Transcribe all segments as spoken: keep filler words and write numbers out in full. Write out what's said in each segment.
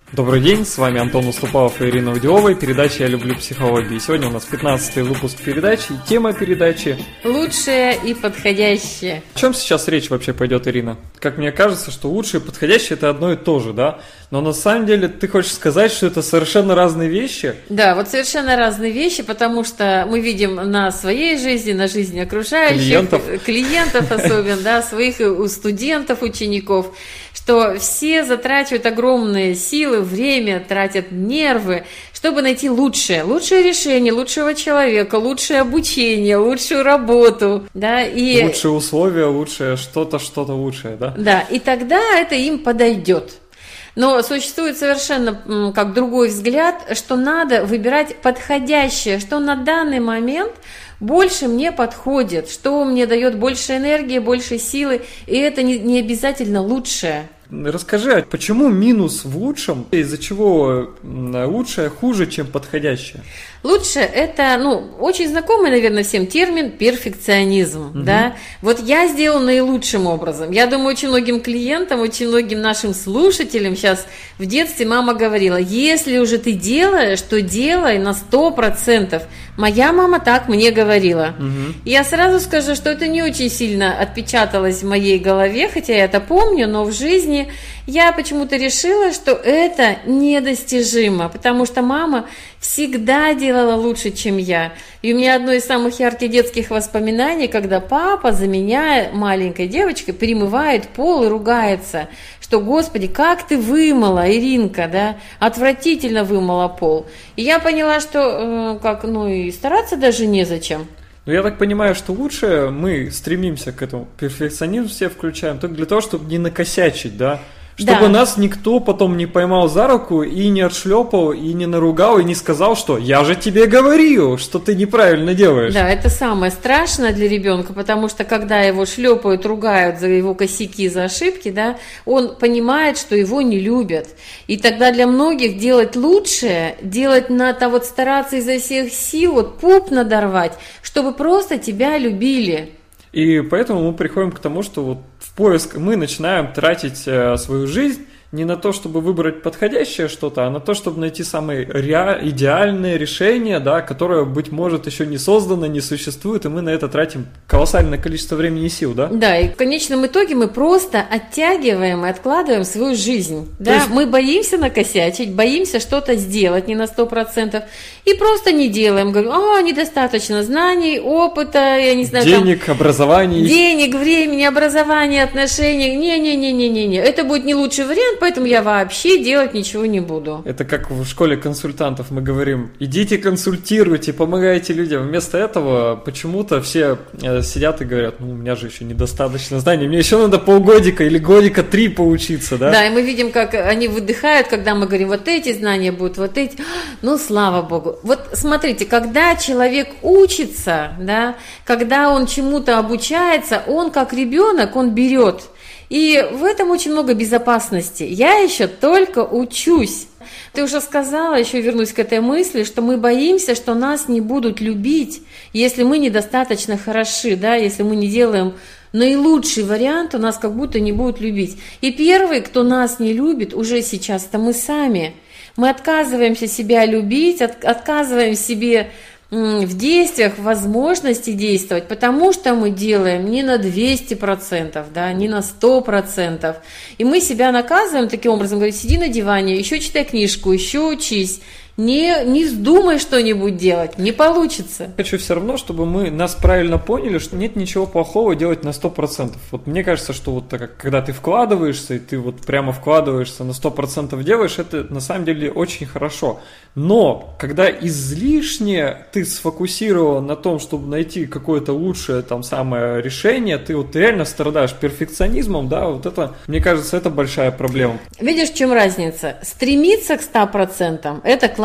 Добрый день, с вами Антон Уступалов и Ирина Удилова, передача «Я люблю психологию». И сегодня у нас пятнадцатый выпуск передачи, и тема передачи «Лучшее и подходящее». О чем сейчас речь вообще пойдет, Ирина? Как мне кажется, что лучшее и подходящее – это одно и то же, да? Но на самом деле ты хочешь сказать, что это совершенно разные вещи? Да, вот совершенно разные вещи, потому что мы видим на своей жизни, на жизни окружающих, клиентов, клиентов особенно, да, своих студентов, учеников, что все затрачивают огромные силы, время, тратят нервы, чтобы найти лучшее, лучшее решение, лучшего человека, лучшее обучение, лучшую работу, да, и лучшие условия, лучшее что-то, что-то лучшее, да? Да, и тогда это им подойдет. Но существует совершенно как другой взгляд, что надо выбирать подходящее, что на данный момент больше мне подходит, что мне дает больше энергии, больше силы, и это не, не обязательно лучшее. Расскажи, а почему минус в лучшем, из-за чего лучшее хуже, чем подходящее? Лучше это, ну, очень знакомый, наверное, всем термин перфекционизм, угу. да. Вот я сделал наилучшим образом. Я думаю, очень многим клиентам, очень многим нашим слушателям сейчас в детстве мама говорила: если уже ты делаешь, то делай на сто процентов. Моя мама так мне говорила. Угу. Я сразу скажу, что это не очень сильно отпечаталось в моей голове, хотя я это помню, но в жизни я почему-то решила, что это недостижимо, потому что мама всегда делала лучше, чем я. И у меня одно из самых ярких детских воспоминаний, когда папа за меня, маленькой девочкой, перемывает пол и ругается, что: Господи, как ты вымыла, Иринка, да, отвратительно вымыла пол. И я поняла, что э, как, ну и стараться даже незачем. Ну, я так понимаю, что лучше мы стремимся к этому, перфекционизм все включаем, только для того, чтобы не накосячить, да? Чтобы да. нас никто потом не поймал за руку и не отшлепал, и не наругал, и не сказал, что «я же тебе говорил, что ты неправильно делаешь». Да, это самое страшное для ребенка, потому что когда его шлепают, ругают за его косяки, за ошибки, да, он понимает, что его не любят. И тогда для многих делать лучшее, делать надо вот стараться изо всех сил, вот пуп надорвать, чтобы просто тебя любили. И поэтому мы приходим к тому, что вот в поиск мы начинаем тратить э, свою жизнь не на то, чтобы выбрать подходящее что-то, а на то, чтобы найти самое ре... идеальное решение, да, которое, быть может, еще не создано, не существует, и мы на это тратим колоссальное количество времени и сил, да? Да, и в конечном итоге мы просто оттягиваем и откладываем свою жизнь. Да? есть... Мы боимся накосячить, боимся что-то сделать не на сто процентов, и просто не делаем. Говорим: а, недостаточно знаний, опыта, я не знаю, денег, там, образования. Денег, времени, образования, отношений. Не-не-не-не-не, это будет не лучший вариант, поэтому я вообще делать ничего не буду. Это как в школе консультантов мы говорим: идите консультируйте, помогайте людям. Вместо этого почему-то все сидят и говорят: ну, у меня же еще недостаточно знаний, мне еще надо полгодика или годика три поучиться, да? Да, и мы видим, как они выдыхают, когда мы говорим: вот эти знания будут, вот эти. Ну, слава богу. Вот смотрите, когда человек учится, да, когда он чему-то обучается, он как ребенок, он берет. И в этом очень много безопасности. Я еще только учусь. Ты уже сказала, еще вернусь к этой мысли, что мы боимся, что нас не будут любить, если мы недостаточно хороши, да, если мы не делаем наилучший вариант, у нас как будто не будут любить. И первый, кто нас не любит уже сейчас, это мы сами. Мы отказываемся себя любить, от, отказываем себе в действиях, в возможности действовать, потому что мы делаем не на двести процентов, да, не на сто процентов. И мы себя наказываем таким образом, говорим: сиди на диване, еще читай книжку, еще учись. Не, не вздумай что-нибудь делать, не получится. Хочу все равно, чтобы мы нас правильно поняли, что нет ничего плохого делать на сто процентов. Вот мне кажется, что вот так, когда ты вкладываешься, и ты вот прямо вкладываешься на сто процентов делаешь, это на самом деле очень хорошо. Но когда излишне ты сфокусирован на том, чтобы найти какое-то лучшее там самое решение, ты вот реально страдаешь перфекционизмом, да, вот это, мне кажется, это большая проблема. Видишь, в чем разница? Стремиться к ста процентам – это классно.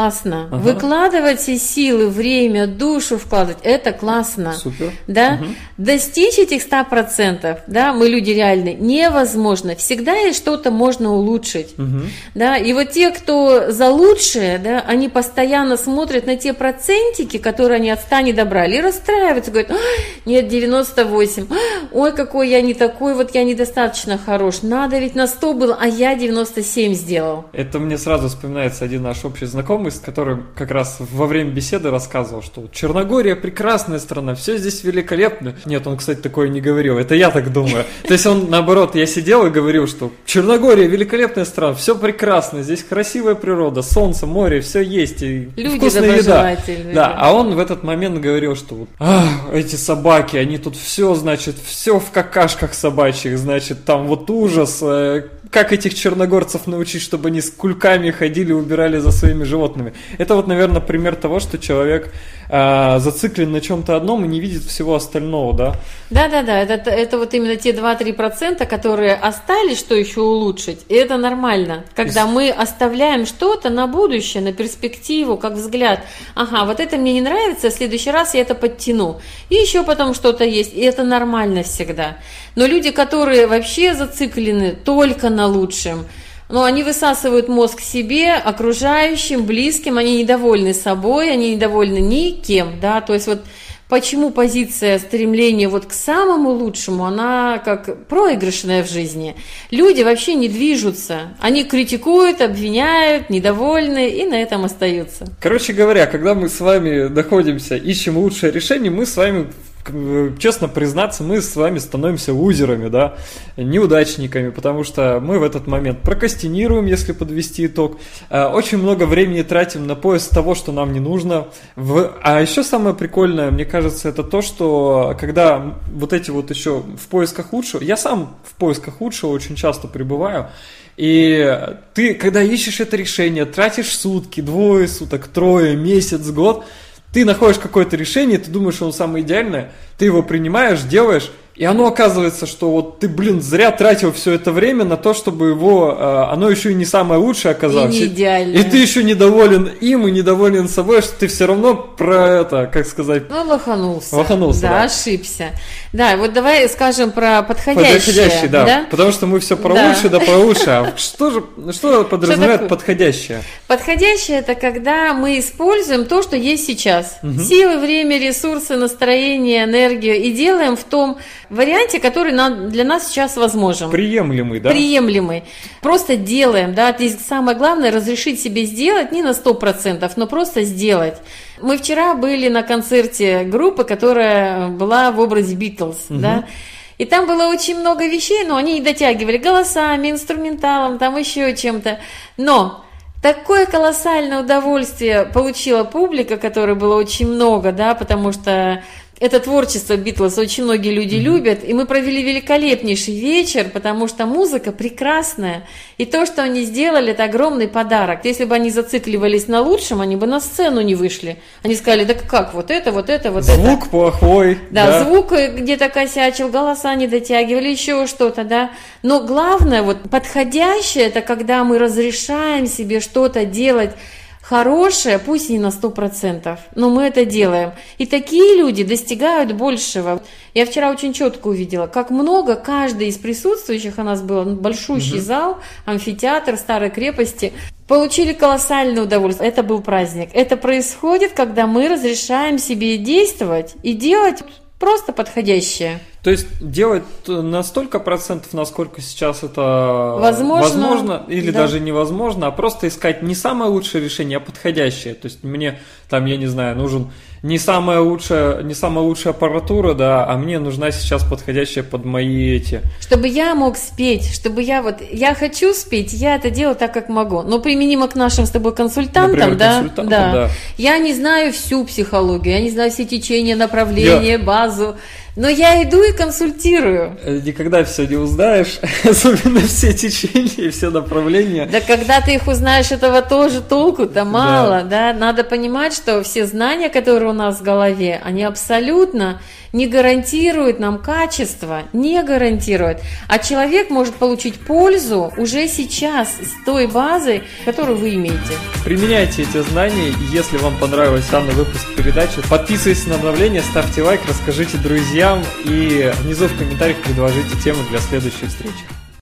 классно. Ага. Выкладывать все силы, время, душу вкладывать, это классно. Супер. Да? Угу. Достичь этих ста процентов, да, мы люди реальные, невозможно. Всегда есть что-то можно улучшить. Угу. Да? И вот те, кто за лучшее, да, они постоянно смотрят на те процентики, которые они от ста не добрали, и расстраиваются, говорят, нет, девяносто восемь, ой, какой я не такой, вот я недостаточно хорош, надо ведь на сто было, а я девяносто семь сделал. Это мне сразу вспоминается один наш общий знакомый, с которым как раз во время беседы рассказывал, что Черногория прекрасная страна, все здесь великолепно. Нет, он, кстати, такое не говорил, это я так думаю. То есть он, наоборот, я сидел и говорил, что Черногория великолепная страна, все прекрасно, здесь красивая природа, солнце, море, все есть, и люди вкусная еда. Да, а он в этот момент говорил, что а, эти собаки, они тут все, значит, все в какашках собачьих, значит, там вот ужас, как этих черногорцев научить, чтобы они с кульками ходили, убирали за своими животными. Это вот, наверное, пример того, что человек э, зациклен на чем-то одном и не видит всего остального, да? Да-да-да, это, это вот именно те два-три процента, которые остались, что еще улучшить, и это нормально, когда мы оставляем что-то на будущее, на перспективу, как взгляд. Ага, вот это мне не нравится, в следующий раз я это подтяну. И еще потом что-то есть, и это нормально всегда. Но люди, которые вообще зациклены только на лучшем, но они высасывают мозг себе, окружающим, близким, они недовольны собой, они недовольны никем, да, то есть вот почему позиция стремления вот к самому лучшему, она как проигрышная в жизни. Люди вообще не движутся, они критикуют, обвиняют, недовольны и на этом остаются. Короче говоря, когда мы с вами находимся, ищем лучшее решение, мы с вами, честно признаться, мы с вами становимся лузерами, да, неудачниками, потому что мы в этот момент прокрастинируем, если подвести итог, очень много времени тратим на поиск того, что нам не нужно. А еще самое прикольное, мне кажется, это то, что когда вот эти вот еще в поисках лучшего, я сам в поисках лучшего очень часто пребываю, и ты, когда ищешь это решение, тратишь сутки, двое суток, трое, месяц, год, ты находишь какое-то решение, ты думаешь, что оно самое идеальное, ты его принимаешь, делаешь, и оно оказывается, что вот ты, блин, зря тратил все это время на то, чтобы его, э, оно еще и не самое лучшее оказалось. И не идеальное. И ты еще недоволен им и недоволен собой, что ты все равно про это, как сказать... Ну, лоханулся. Лоханулся, да. Да, ошибся. Да, вот давай скажем про подходящее. Подходящее, да. да. Потому что мы все про да. лучше, да про лучше. А что же, что подразумевает что подходящее? Подходящее – это когда мы используем то, что есть сейчас. Угу. Силы, время, ресурсы, настроение, энергию. И делаем в том варианте, который для нас сейчас возможен. Приемлемый, да? Приемлемый. Просто делаем, да. И самое главное – разрешить себе сделать не на сто процентов, но просто сделать. Мы вчера были на концерте группы, которая была в образе Битлз, угу. да. И там было очень много вещей, но они не дотягивали голосами, инструменталом, там еще чем-то. Но такое колоссальное удовольствие получила публика, которой было очень много, да, потому что это творчество Битлз очень многие люди mm-hmm. любят, и мы провели великолепнейший вечер, потому что музыка прекрасная, и то, что они сделали, это огромный подарок. Если бы они зацикливались на лучшем, они бы на сцену не вышли. Они сказали, да как, вот это, вот это, вот звук это. Звук плохой. Да, да, звук где-то косячил, голоса не дотягивали, еще что-то, да. Но главное, вот подходящее, это когда мы разрешаем себе что-то делать хорошее, пусть и не на сто процентов, но мы это делаем. И такие люди достигают большего. Я вчера очень четко увидела, как много каждый из присутствующих, у нас был большущий угу. зал, амфитеатр старой крепости, получили колоссальное удовольствие. Это был праздник. Это происходит, когда мы разрешаем себе действовать и делать просто подходящее. То есть делать на столько процентов, насколько сейчас это возможно, возможно или да. даже невозможно, а просто искать не самое лучшее решение, а подходящее. То есть мне там, я не знаю, нужен не самая лучшая, не самая лучшая аппаратура, да, а мне нужна сейчас подходящая под мои эти. Чтобы я мог спеть, чтобы я вот, я хочу спеть, я это делаю так, как могу. Но применимо к нашим с тобой консультантам, Например, да, консультантам, да. да. Я не знаю всю психологию, я не знаю все течения, направления, я... базу. Но я иду и консультирую. Никогда все не узнаешь, особенно все течения и все направления. Да когда ты их узнаешь, этого тоже толку-то мало, да. да? Надо понимать, что все знания, которые у нас в голове, они абсолютно не гарантируют нам качество, не гарантируют. А человек может получить пользу уже сейчас с той базой, которую вы имеете. Применяйте эти знания. Если вам понравился данный выпуск передачи, подписывайтесь на обновления, ставьте лайк, расскажите друзьям и внизу в комментариях предложите темы для следующей встречи.